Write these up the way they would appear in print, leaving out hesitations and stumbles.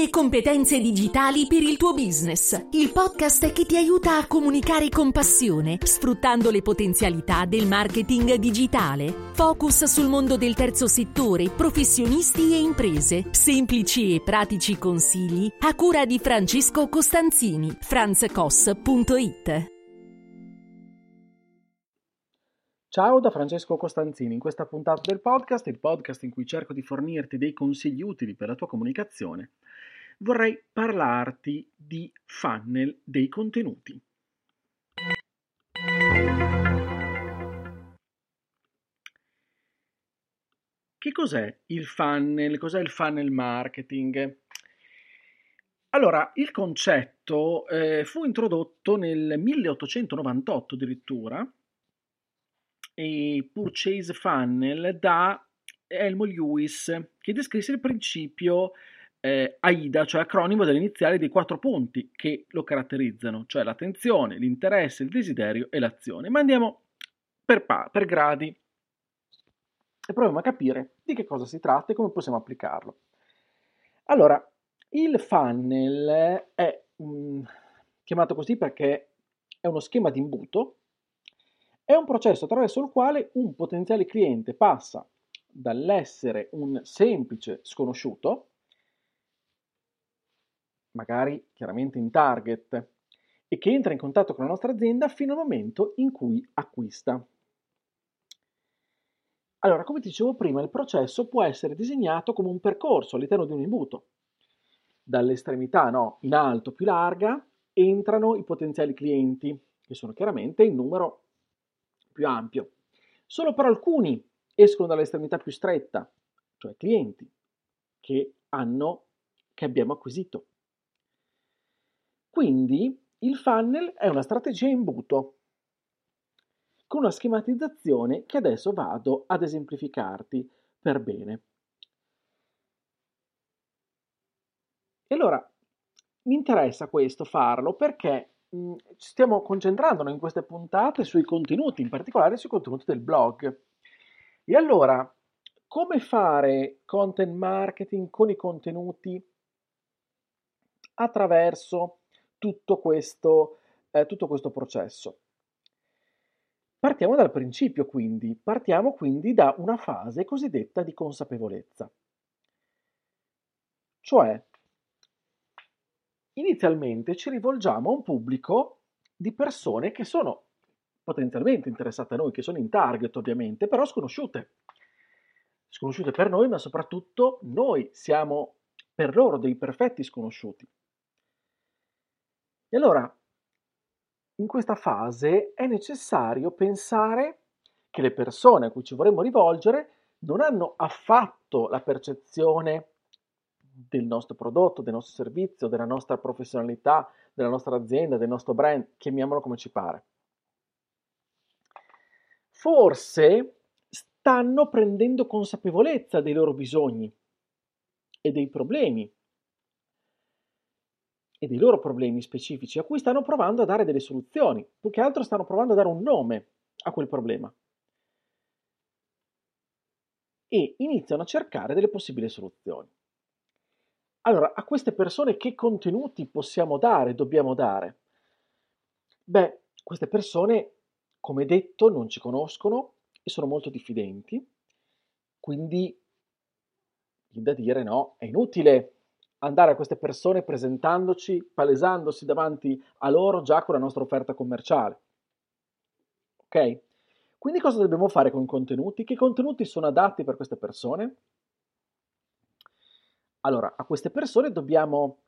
le competenze digitali per il tuo business. Il podcast che ti aiuta a comunicare con passione, sfruttando le potenzialità del marketing digitale. Focus sul mondo del terzo settore, professionisti e imprese. Semplici e pratici consigli a cura di Francesco Costanzini, franzcos.it. Ciao da Francesco Costanzini. In questa puntata del podcast, il podcast in cui cerco di fornirti dei consigli utili per la tua comunicazione, vorrei parlarti di funnel dei contenuti. Che cos'è il funnel? Cos'è il funnel marketing? Allora, il concetto fu introdotto nel 1898 addirittura, e Purchase Funnel da Elmo Lewis, che descrisse il principio AIDA, cioè acronimo delle iniziali dei 4 punti che lo caratterizzano, cioè l'attenzione, l'interesse, il desiderio e l'azione. Ma andiamo per gradi e proviamo a capire di che cosa si tratta e come possiamo applicarlo. Allora, il funnel è chiamato così perché è uno schema di imbuto. È un processo attraverso il quale un potenziale cliente passa dall'essere un semplice sconosciuto, magari chiaramente in target, e che entra in contatto con la nostra azienda fino al momento in cui acquista. Allora, come dicevo prima, il processo può essere disegnato come un percorso all'interno di un imbuto. Dall'estremità in alto più larga entrano i potenziali clienti, che sono chiaramente in numero più ampio. Solo però alcuni escono dall'estremità più stretta, cioè clienti che abbiamo acquisito. Quindi il funnel è una strategia in imbuto con una schematizzazione che adesso vado ad esemplificarti per bene. E allora mi interessa questo farlo perché stiamo concentrandoci in queste puntate sui contenuti, in particolare sui contenuti del blog. E allora, come fare content marketing con i contenuti attraverso tutto questo processo? Partiamo dal principio, quindi. Partiamo quindi da una fase cosiddetta di consapevolezza. Cioè, inizialmente ci rivolgiamo a un pubblico di persone che sono potenzialmente interessate a noi, che sono in target ovviamente, però sconosciute. Sconosciute per noi, ma soprattutto noi siamo per loro dei perfetti sconosciuti. E allora, in questa fase è necessario pensare che le persone a cui ci vorremmo rivolgere non hanno affatto la percezione del nostro prodotto, del nostro servizio, della nostra professionalità, della nostra azienda, del nostro brand, chiamiamolo come ci pare. Forse stanno prendendo consapevolezza dei loro bisogni e dei problemi e dei loro problemi specifici a cui stanno provando a dare delle soluzioni, più che altro stanno provando a dare un nome a quel problema e iniziano a cercare delle possibili soluzioni. Allora, a queste persone che contenuti possiamo dare, dobbiamo dare? Beh, queste persone, come detto, non ci conoscono e sono molto diffidenti, quindi da dire no, è inutile andare a queste persone presentandoci, palesandosi davanti a loro già con la nostra offerta commerciale. Ok? Quindi cosa dobbiamo fare con i contenuti? Che contenuti sono adatti per queste persone? Allora, a queste persone dobbiamo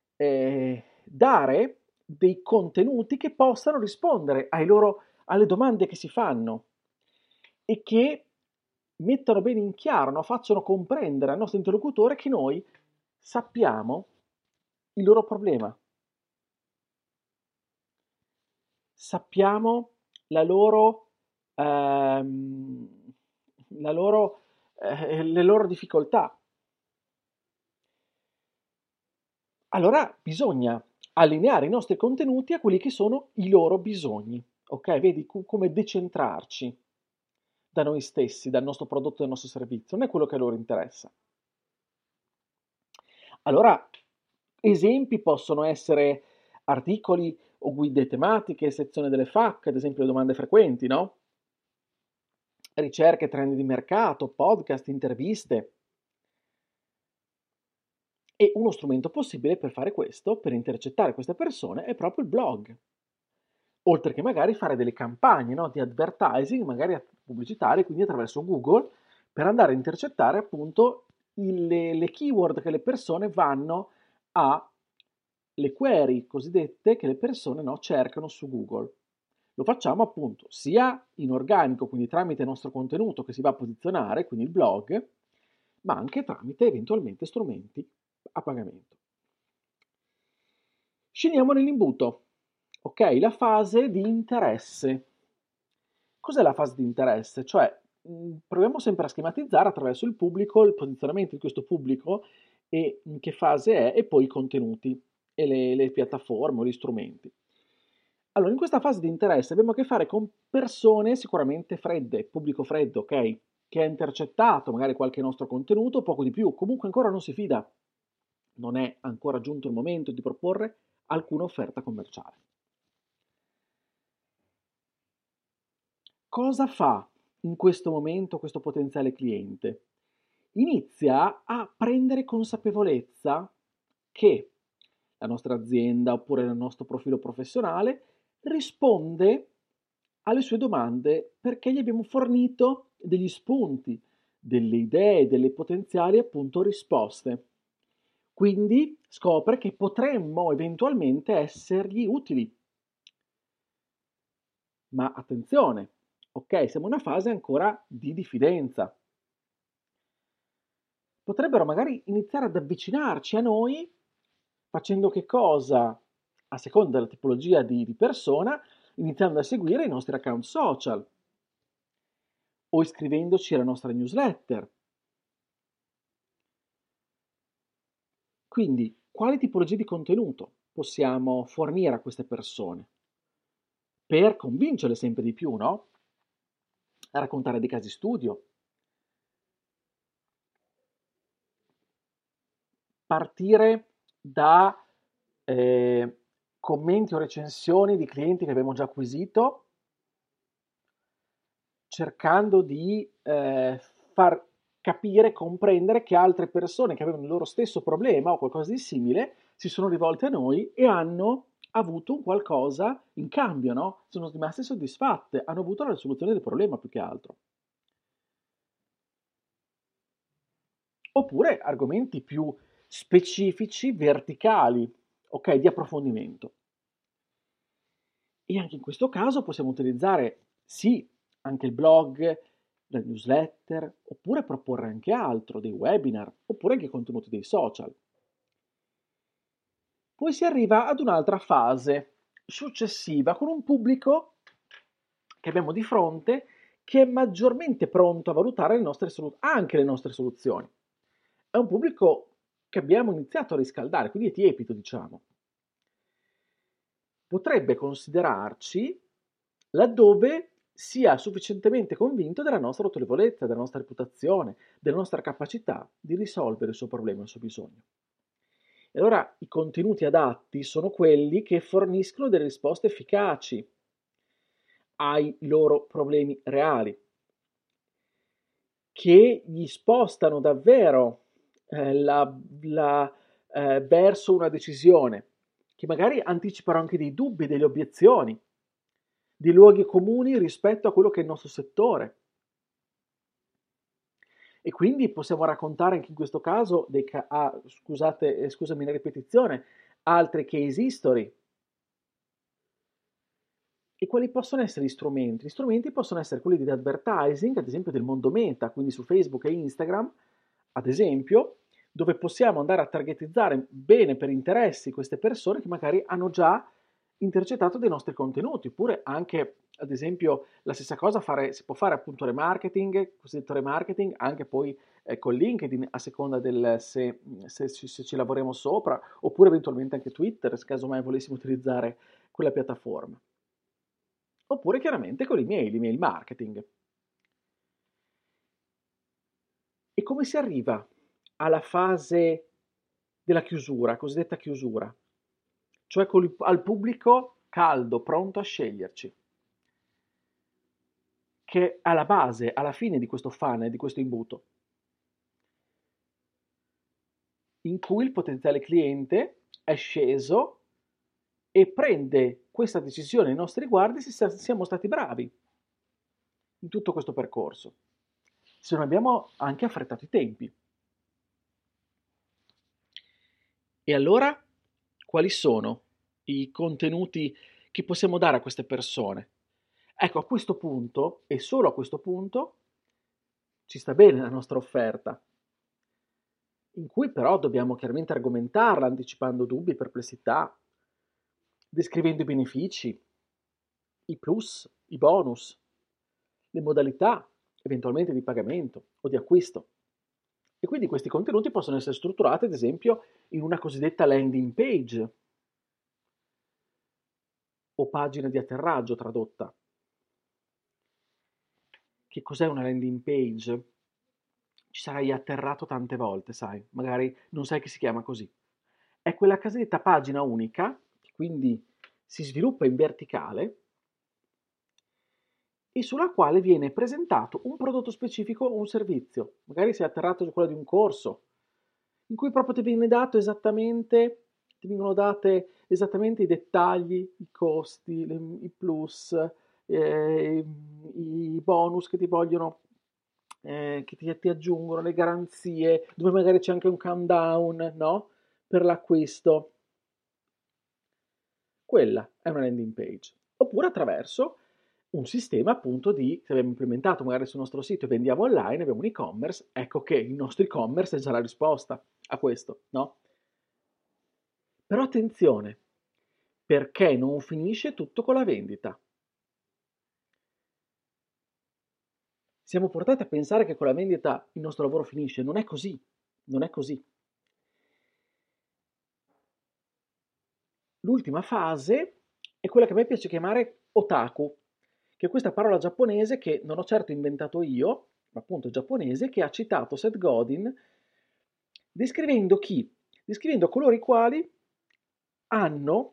dare dei contenuti che possano rispondere alle domande che si fanno e che mettano bene in chiaro, facciano comprendere al nostro interlocutore che noi sappiamo il loro problema, sappiamo le loro difficoltà. Allora bisogna allineare i nostri contenuti a quelli che sono i loro bisogni, ok? Vedi come decentrarci da noi stessi, dal nostro prodotto, dal nostro servizio, non è quello che a loro interessa. Allora Esempi possono essere articoli o guide tematiche, sezione delle FAQ, ad esempio le domande frequenti, no? Ricerche, trend di mercato, podcast, interviste. E uno strumento possibile per fare questo, per intercettare queste persone, è proprio il blog. Oltre che magari fare delle campagne, no, di advertising, magari pubblicitarie, quindi attraverso Google, per andare a intercettare appunto le keyword che le persone vanno a, le query cosiddette che le persone, no, cercano su Google. Lo facciamo appunto sia in organico, quindi tramite il nostro contenuto che si va a posizionare, quindi il blog, ma anche tramite eventualmente strumenti a pagamento. Scendiamo nell'imbuto, ok? La fase di interesse. Cos'è la fase di interesse? Cioè, proviamo sempre a schematizzare attraverso il pubblico, il posizionamento di questo pubblico e in che fase è, e poi i contenuti e le piattaforme o gli strumenti. Allora, in questa fase di interesse abbiamo a che fare con persone sicuramente fredde, pubblico freddo, ok? Che ha intercettato magari qualche nostro contenuto, poco di più, comunque ancora non si fida. Non è ancora giunto il momento di proporre alcuna offerta commerciale. Cosa fa in questo momento questo potenziale cliente? Inizia a prendere consapevolezza che la nostra azienda oppure il nostro profilo professionale risponde alle sue domande perché gli abbiamo fornito degli spunti, delle idee, delle potenziali appunto risposte. Quindi scopre che potremmo eventualmente essergli utili. Ma attenzione, ok, siamo in una fase ancora di diffidenza. Potrebbero magari iniziare ad avvicinarci a noi facendo che cosa? A seconda della tipologia di persona, iniziando a seguire i nostri account social o iscrivendoci alla nostra newsletter. Quindi, quali tipologie di contenuto possiamo fornire a queste persone? Per convincerle sempre di più, no? A raccontare dei casi studio, partire da commenti o recensioni di clienti che abbiamo già acquisito, cercando di far capire, comprendere che altre persone che avevano il loro stesso problema o qualcosa di simile si sono rivolte a noi e hanno avuto un qualcosa in cambio, no? Sono rimaste soddisfatte, hanno avuto la risoluzione del problema più che altro. Oppure argomenti più specifici, verticali, ok, di approfondimento. E anche in questo caso possiamo utilizzare sì anche il blog, la newsletter, oppure proporre anche altro, dei webinar, oppure anche contenuti dei social. Poi si arriva ad un'altra fase successiva con un pubblico che abbiamo di fronte che è maggiormente pronto a valutare anche le nostre soluzioni. È un pubblico che abbiamo iniziato a riscaldare, quindi è tiepido, diciamo. Potrebbe considerarci laddove sia sufficientemente convinto della nostra autorevolezza, della nostra reputazione, della nostra capacità di risolvere il suo problema, il suo bisogno. E allora i contenuti adatti sono quelli che forniscono delle risposte efficaci ai loro problemi reali, che gli spostano davvero verso una decisione, che magari anticipano anche dei dubbi, delle obiezioni, dei luoghi comuni rispetto a quello che è il nostro settore. E quindi possiamo raccontare anche in questo caso scusami la ripetizione, altri case history. E quali possono essere gli strumenti? Gli strumenti possono essere quelli di advertising, ad esempio del mondo meta, quindi su Facebook e Instagram, ad esempio, dove possiamo andare a targetizzare bene per interessi queste persone che magari hanno già intercettato dei nostri contenuti, oppure anche, ad esempio, la stessa cosa si può fare appunto remarketing, cosiddetto remarketing, anche poi con LinkedIn, a seconda se ci lavoriamo sopra, oppure eventualmente anche Twitter, se caso mai volessimo utilizzare quella piattaforma. Oppure chiaramente con l'email marketing. E come si arriva alla fase della chiusura, cosiddetta chiusura, cioè al pubblico caldo, pronto a sceglierci, che è alla base, alla fine di questo funnel, di questo imbuto, in cui il potenziale cliente è sceso e prende questa decisione nei nostri riguardi se siamo stati bravi in tutto questo percorso, se non abbiamo anche affrettato i tempi. E allora, quali sono i contenuti che possiamo dare a queste persone? Ecco, a questo punto, e solo a questo punto, ci sta bene la nostra offerta, in cui però dobbiamo chiaramente argomentarla, anticipando dubbi, perplessità, descrivendo i benefici, i plus, i bonus, le modalità eventualmente di pagamento o di acquisto. E quindi questi contenuti possono essere strutturati, ad esempio, in una cosiddetta landing page o pagina di atterraggio tradotta. Che cos'è una landing page? Ci sarai atterrato tante volte, sai, magari non sai che si chiama così. È quella cosiddetta pagina unica, che quindi si sviluppa in verticale e sulla quale viene presentato un prodotto specifico o un servizio. Magari sei atterrato su quello di un corso, in cui proprio ti vengono date esattamente i dettagli, i costi, i plus, i bonus che ti vogliono, che ti aggiungono, le garanzie, dove magari c'è anche un countdown, no? Per l'acquisto. Quella è una landing page. Oppure attraverso un sistema appunto se abbiamo implementato magari sul nostro sito e vendiamo online, abbiamo un e-commerce, ecco che il nostro e-commerce è già la risposta a questo, no? Però attenzione, perché non finisce tutto con la vendita. Siamo portati a pensare che con la vendita il nostro lavoro finisce, non è così, non è così. L'ultima fase è quella che a me piace chiamare otaku, che è questa parola giapponese che non ho certo inventato io, ma appunto giapponese, che ha citato Seth Godin descrivendo chi? Descrivendo coloro i quali hanno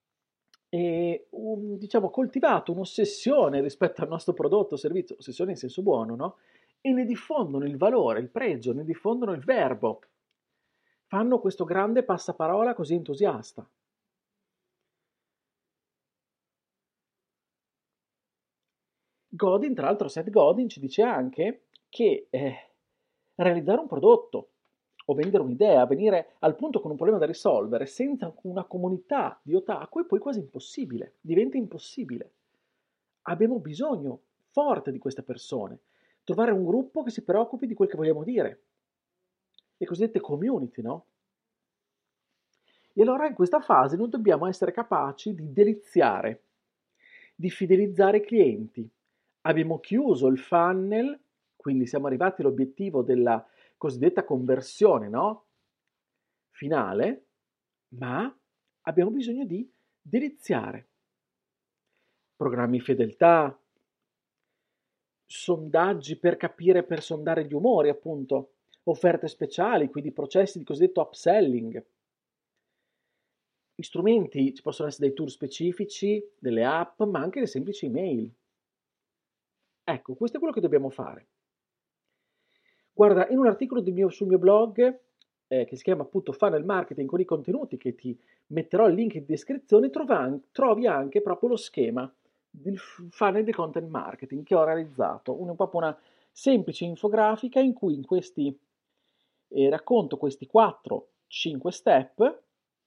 diciamo, coltivato un'ossessione rispetto al nostro prodotto o servizio, ossessione in senso buono, no? E ne diffondono il valore, il pregio, ne diffondono il verbo. Fanno questo grande passaparola così entusiasta. Godin, tra l'altro, Seth Godin ci dice anche che realizzare un prodotto o vendere un'idea, venire al punto con un problema da risolvere senza una comunità di otaku è poi quasi impossibile, diventa impossibile. Abbiamo bisogno forte di queste persone, trovare un gruppo che si preoccupi di quel che vogliamo dire, le cosiddette community, no? E allora in questa fase noi dobbiamo essere capaci di deliziare, di fidelizzare i clienti. Abbiamo chiuso il funnel, quindi siamo arrivati all'obiettivo della cosiddetta conversione, no? Finale, ma abbiamo bisogno di deliziare. Programmi fedeltà, sondaggi per capire, per sondare gli umori, appunto, offerte speciali, quindi processi di cosiddetto upselling. Gli strumenti ci possono essere dei tool specifici, delle app, ma anche le semplici email. Ecco, questo è quello che dobbiamo fare. Guarda, in un articolo sul mio blog, che si chiama appunto Funnel Marketing con i contenuti, che ti metterò il link in descrizione, trovi anche proprio lo schema del funnel di content marketing che ho realizzato, proprio una semplice infografica in cui racconto questi 4-5 step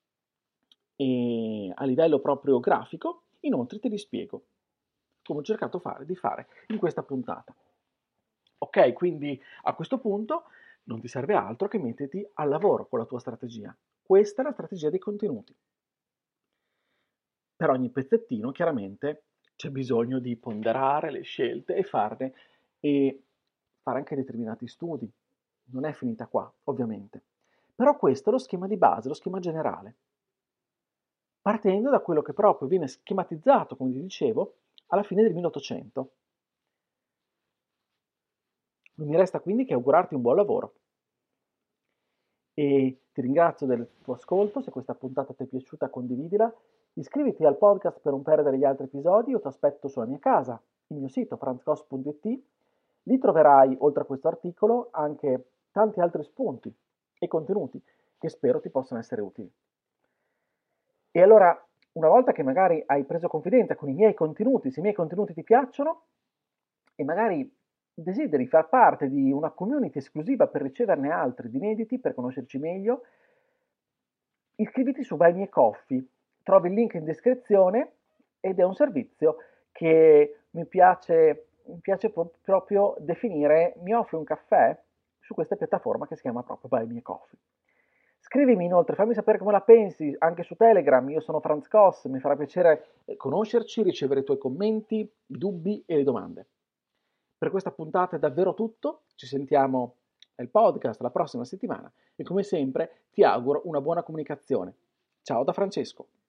a livello proprio grafico, inoltre te li spiego, come ho cercato di fare in questa puntata. Ok, quindi a questo punto non ti serve altro che metterti al lavoro con la tua strategia. Questa è la strategia dei contenuti. Per ogni pezzettino, chiaramente, c'è bisogno di ponderare le scelte e fare anche determinati studi. Non è finita qua, ovviamente. Però questo è lo schema di base, lo schema generale. Partendo da quello che proprio viene schematizzato, come ti dicevo, alla fine del 1800. Non mi resta quindi che augurarti un buon lavoro e ti ringrazio del tuo ascolto. Se questa puntata ti è piaciuta, condividila. Iscriviti al podcast per non perdere gli altri episodi. Io ti aspetto sulla mia casa, il mio sito franzcos.it. Lì troverai, oltre a questo articolo, anche tanti altri spunti e contenuti che spero ti possano essere utili. E allora, una volta che magari hai preso confidenza con i miei contenuti, se i miei contenuti ti piacciono e magari desideri far parte di una community esclusiva per riceverne altri di inediti, per conoscerci meglio, iscriviti su Buy Me a Coffee. Trovi il link in descrizione ed è un servizio che mi piace proprio definire. Mi offre un caffè su questa piattaforma che si chiama proprio Buy Me a Coffee. Scrivimi inoltre, fammi sapere come la pensi, anche su Telegram. Io sono Franz Koss, mi farà piacere conoscerci, ricevere i tuoi commenti, i dubbi e le domande. Per questa puntata è davvero tutto, ci sentiamo nel podcast la prossima settimana e come sempre ti auguro una buona comunicazione. Ciao da Francesco.